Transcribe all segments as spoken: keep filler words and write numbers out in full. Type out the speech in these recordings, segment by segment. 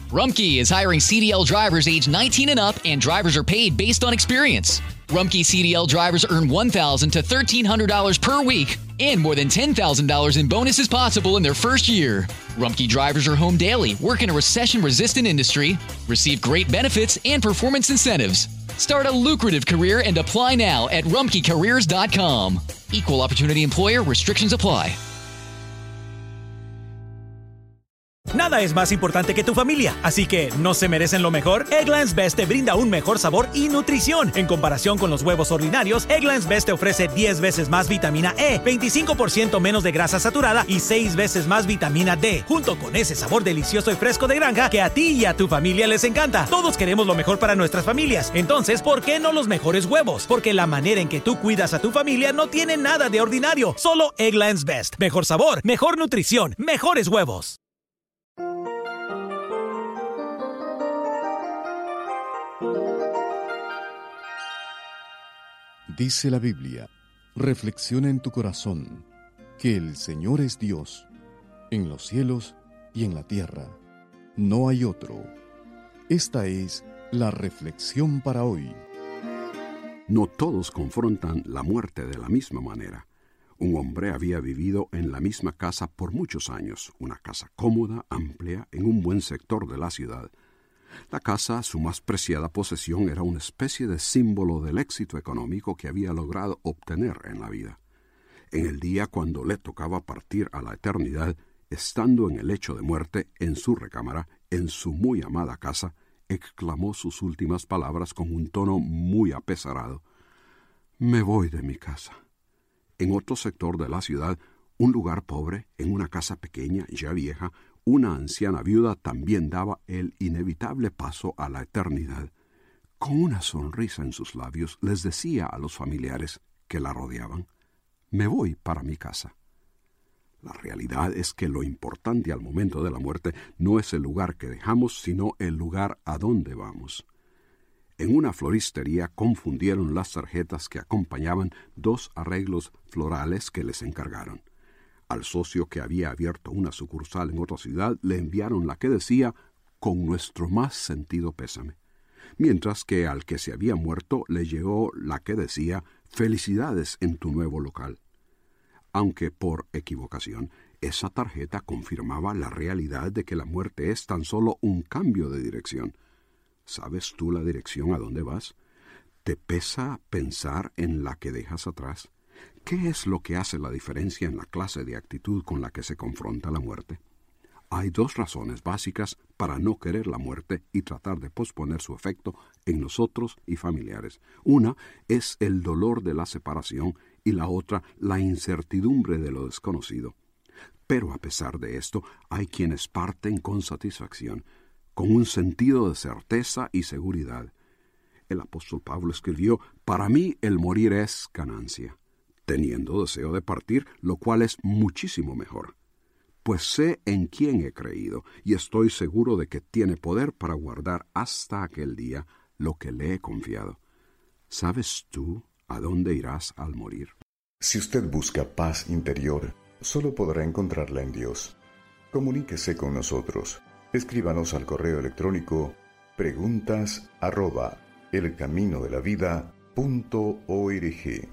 Rumpke is hiring C D L drivers age nineteen and up, and drivers are paid based on experience. Rumpke C D L drivers earn one thousand dollars to thirteen hundred dollars per week, and more than ten thousand dollars in bonuses possible in their first year. Rumpke drivers are home daily, work in a recession-resistant industry, receive great benefits and performance incentives. Start a lucrative career and apply now at rumpke careers dot com. Equal opportunity employer. Restrictions apply. Nada es más importante que tu familia, así que ¿no se merecen lo mejor? Eggland's Best te brinda un mejor sabor y nutrición. En comparación con los huevos ordinarios, Eggland's Best te ofrece diez veces más vitamina E, veinticinco por ciento menos de grasa saturada y seis veces más vitamina D, junto con ese sabor delicioso y fresco de granja que a ti y a tu familia les encanta. Todos queremos lo mejor para nuestras familias, entonces, ¿por qué no los mejores huevos? Porque la manera en que tú cuidas a tu familia no tiene nada de ordinario. Solo Eggland's Best. Mejor sabor, mejor nutrición, mejores huevos. Dice la Biblia, reflexiona en tu corazón, que el Señor es Dios, en los cielos y en la tierra. No hay otro. Esta es la reflexión para hoy. No todos confrontan la muerte de la misma manera. Un hombre había vivido en la misma casa por muchos años, una casa cómoda, amplia, en un buen sector de la ciudad. La casa, su más preciada posesión, era una especie de símbolo del éxito económico que había logrado obtener en la vida. En el día cuando le tocaba partir a la eternidad, estando en el lecho de muerte, en su recámara, en su muy amada casa, exclamó sus últimas palabras con un tono muy apesarado: «Me voy de mi casa». En otro sector de la ciudad, un lugar pobre, en una casa pequeña, ya vieja, una anciana viuda también daba el inevitable paso a la eternidad. Con una sonrisa en sus labios, les decía a los familiares que la rodeaban: «Me voy para mi casa». La realidad es que lo importante al momento de la muerte no es el lugar que dejamos, sino el lugar a donde vamos. En una floristería confundieron las tarjetas que acompañaban dos arreglos florales que les encargaron. Al socio que había abierto una sucursal en otra ciudad le enviaron la que decía «con nuestro más sentido pésame», mientras que al que se había muerto le llegó la que decía «felicidades en tu nuevo local». Aunque por equivocación, esa tarjeta confirmaba la realidad de que la muerte es tan solo un cambio de dirección. ¿Sabes tú la dirección a dónde vas? ¿Te pesa pensar en la que dejas atrás? ¿Qué es lo que hace la diferencia en la clase de actitud con la que se confronta la muerte? Hay dos razones básicas para no querer la muerte y tratar de posponer su efecto en nosotros y familiares. Una es el dolor de la separación y la otra la incertidumbre de lo desconocido. Pero a pesar de esto, hay quienes parten con satisfacción, con un sentido de certeza y seguridad. El apóstol Pablo escribió: «Para mí el morir es ganancia», teniendo deseo de partir, lo cual es muchísimo mejor. Pues sé en quién he creído, y estoy seguro de que tiene poder para guardar hasta aquel día lo que le he confiado. ¿Sabes tú a dónde irás al morir? Si usted busca paz interior, solo podrá encontrarla en Dios. Comuníquese con nosotros. Escríbanos al correo electrónico preguntas arroba elcaminodelavida.org.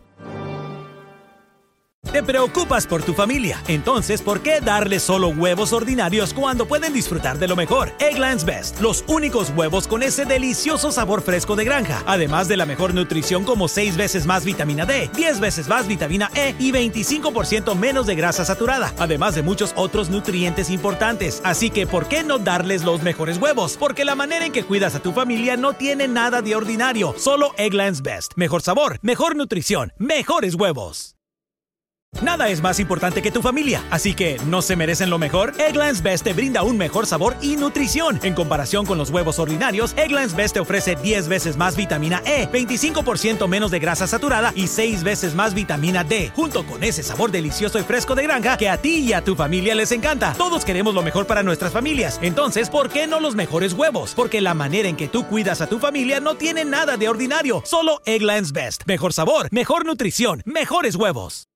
Te preocupas por tu familia, entonces ¿por qué darles solo huevos ordinarios cuando pueden disfrutar de lo mejor? Eggland's Best, los únicos huevos con ese delicioso sabor fresco de granja, además de la mejor nutrición como seis veces más vitamina D, diez veces más vitamina E y veinticinco por ciento menos de grasa saturada, además de muchos otros nutrientes importantes. Así que ¿por qué no darles los mejores huevos? Porque la manera en que cuidas a tu familia no tiene nada de ordinario. Solo Eggland's Best. Mejor sabor, mejor nutrición, mejores huevos. Nada es más importante que tu familia, así que ¿no se merecen lo mejor? Eggland's Best te brinda un mejor sabor y nutrición. En comparación con los huevos ordinarios, Eggland's Best te ofrece diez veces más vitamina E, veinticinco por ciento menos de grasa saturada y seis veces más vitamina D, junto con ese sabor delicioso y fresco de granja que a ti y a tu familia les encanta. Todos queremos lo mejor para nuestras familias, entonces ¿por qué no los mejores huevos? Porque la manera en que tú cuidas a tu familia no tiene nada de ordinario. Solo Eggland's Best. Mejor sabor, mejor nutrición, mejores huevos.